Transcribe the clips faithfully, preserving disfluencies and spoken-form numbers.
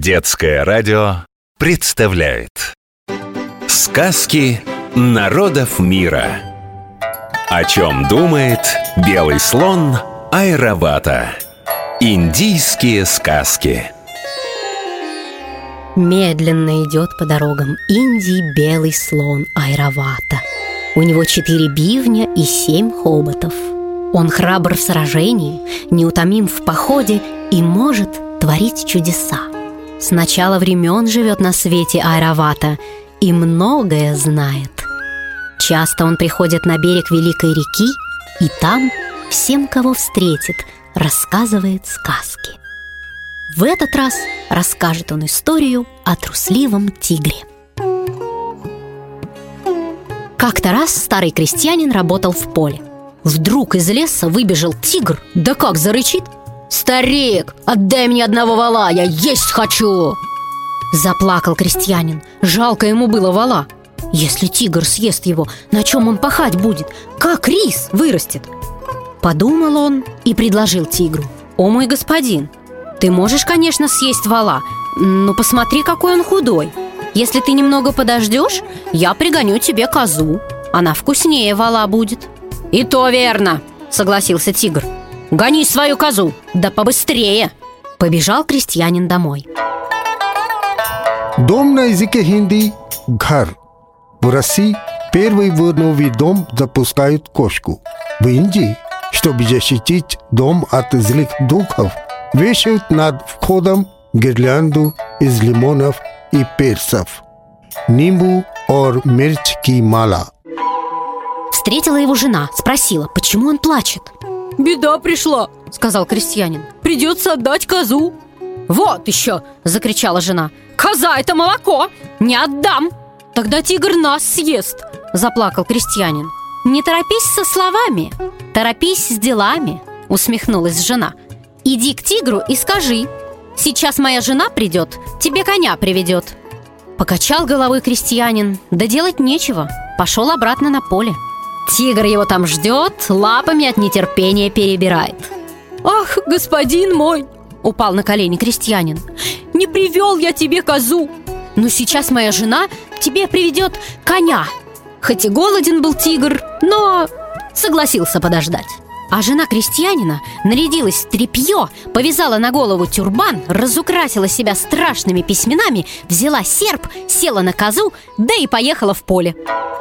Детское радио представляет сказки народов мира. О чем думает белый слон Айравата? Индийские сказки. Медленно идет по дорогам Индии белый слон Айравата. У него четыре бивня и семь хоботов. Он храбр в сражении, неутомим в походе и может творить чудеса. С начала времен живет на свете Айравата и многое знает. Часто он приходит на берег великой реки и там всем, кого встретит, рассказывает сказки. В этот раз расскажет он историю о трусливом тигре. Как-то раз старый крестьянин работал в поле. Вдруг из леса выбежал тигр, да как зарычит: «Старик, отдай мне одного вола, я есть хочу!» Заплакал крестьянин, жалко ему было вола. Если тигр съест его, на чем он пахать будет? Как рис вырастет? Подумал он и предложил тигру: «О, мой господин, ты можешь, конечно, съесть вола, но посмотри, какой он худой. Если ты немного подождешь, я пригоню тебе козу, она вкуснее вола будет». «И то верно», — согласился тигр. «Гони свою козу, да побыстрее!» Побежал крестьянин домой. Дом на языке хинди – гар. В России первый в новый дом запускают кошку. В Индии, чтобы защитить дом от злых духов, вешают над входом гирлянду из лимонов и перцев, нимбу और मिर्च की माला. Встретила его жена, спросила, почему он плачет. «Беда пришла», — сказал крестьянин. «Придется отдать козу». «Вот еще!» — закричала жена. «Коза — это молоко! Не отдам!» «Тогда тигр нас съест!» — заплакал крестьянин. «Не торопись со словами, торопись с делами!» — усмехнулась жена. «Иди к тигру и скажи: сейчас моя жена придет, тебе коня приведет». Покачал головой крестьянин, да делать нечего, пошел обратно на поле. Тигр его там ждет, лапами от нетерпения перебирает. «Ах, господин мой!» — упал на колени крестьянин. «Не привел я тебе козу!» «Но сейчас моя жена тебе приведет коня». Хоть и голоден был тигр, но согласился подождать. А жена крестьянина нарядилась в тряпье, повязала на голову тюрбан, разукрасила себя страшными письменами, взяла серп, села на козу, да и поехала в поле.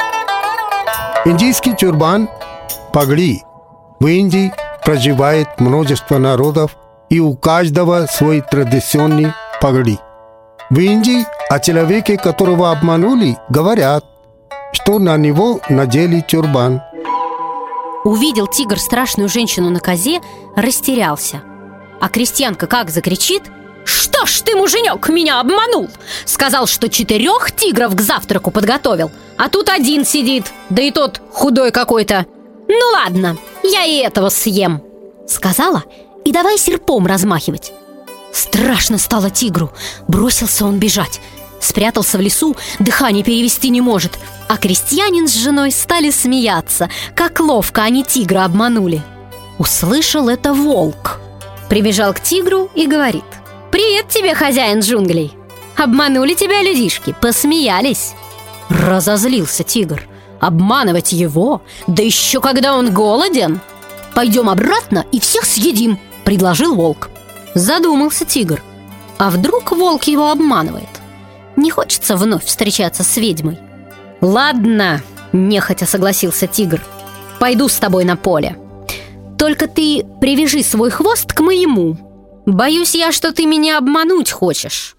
Индийский тюрбан – пагди. В Индии проживает множество народов, и у каждого свой традиционный пагди. В Индии о человеке, которого обманули, говорят, что на него надели тюрбан. Увидел тигр страшную женщину на козе, растерялся. А крестьянка как закричит: «Что ж ты, муженек, меня обманул! Сказал, что четырех тигров к завтраку подготовил, а тут один сидит, да и тот худой какой-то. Ну ладно, я и этого съем!» Сказала и давай серпом размахивать. Страшно стало тигру, бросился он бежать. Спрятался в лесу, дыхание перевести не может. А крестьянин с женой стали смеяться, как ловко они тигра обманули. Услышал это волк. Прибежал к тигру и говорит: «Привет тебе, хозяин джунглей! Обманули тебя людишки, посмеялись!» Разозлился тигр. Обманывать его, да еще когда он голоден? «Пойдем обратно и всех съедим», — предложил волк. Задумался тигр. А вдруг волк его обманывает? Не хочется вновь встречаться с ведьмой. «Ладно», — нехотя согласился тигр, — «пойду с тобой на поле. Только ты привяжи свой хвост к моему. Боюсь я, что ты меня обмануть хочешь».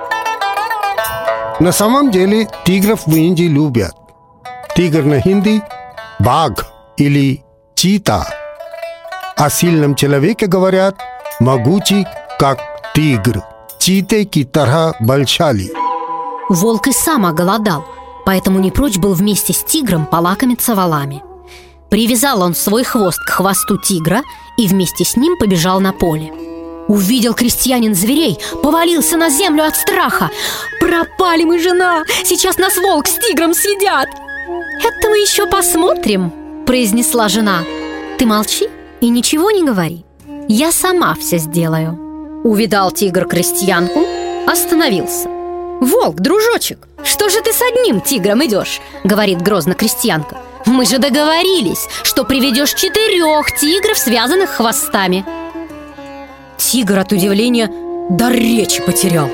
На самом деле тигров в Индии любят. Тигр на хинди – баг или чита. О сильном человеке говорят «могучий, как тигр, чите ки тарха бальшали». Волк и сам оголодал, поэтому не прочь был вместе с тигром полакомиться волами. Привязал он свой хвост к хвосту тигра и вместе с ним побежал на поле. Увидел крестьянин зверей, повалился на землю от страха. «Пропали мы, жена! Сейчас нас волк с тигром съедят!» «Это мы еще посмотрим», — произнесла жена. «Ты молчи и ничего не говори. Я сама все сделаю». Увидал тигр крестьянку, остановился. «Волк, дружочек, что же ты с одним тигром идешь?» — говорит грозно крестьянка. «Мы же договорились, что приведешь четырех тигров, связанных хвостами». Тигр от удивления дар речи потерял.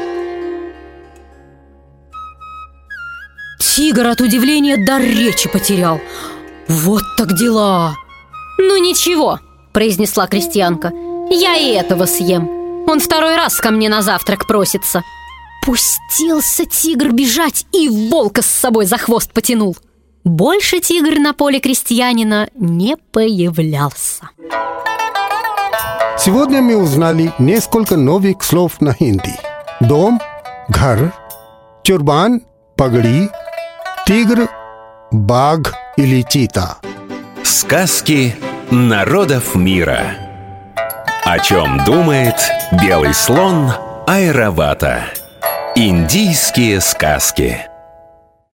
Тигр от удивления дар речи потерял. Вот так дела! «Ну ничего», — произнесла крестьянка, «я и этого съем. Он второй раз ко мне на завтрак просится». Пустился тигр бежать и волка с собой за хвост потянул. Больше тигр на поле крестьянина не появлялся. Сегодня мы узнали несколько новых слов на хинди. Дом – घर, чурбан – пагड़ी, тигр – баг или чита. Сказки народов мира. О чем думает белый слон Айравата? Индийские сказки.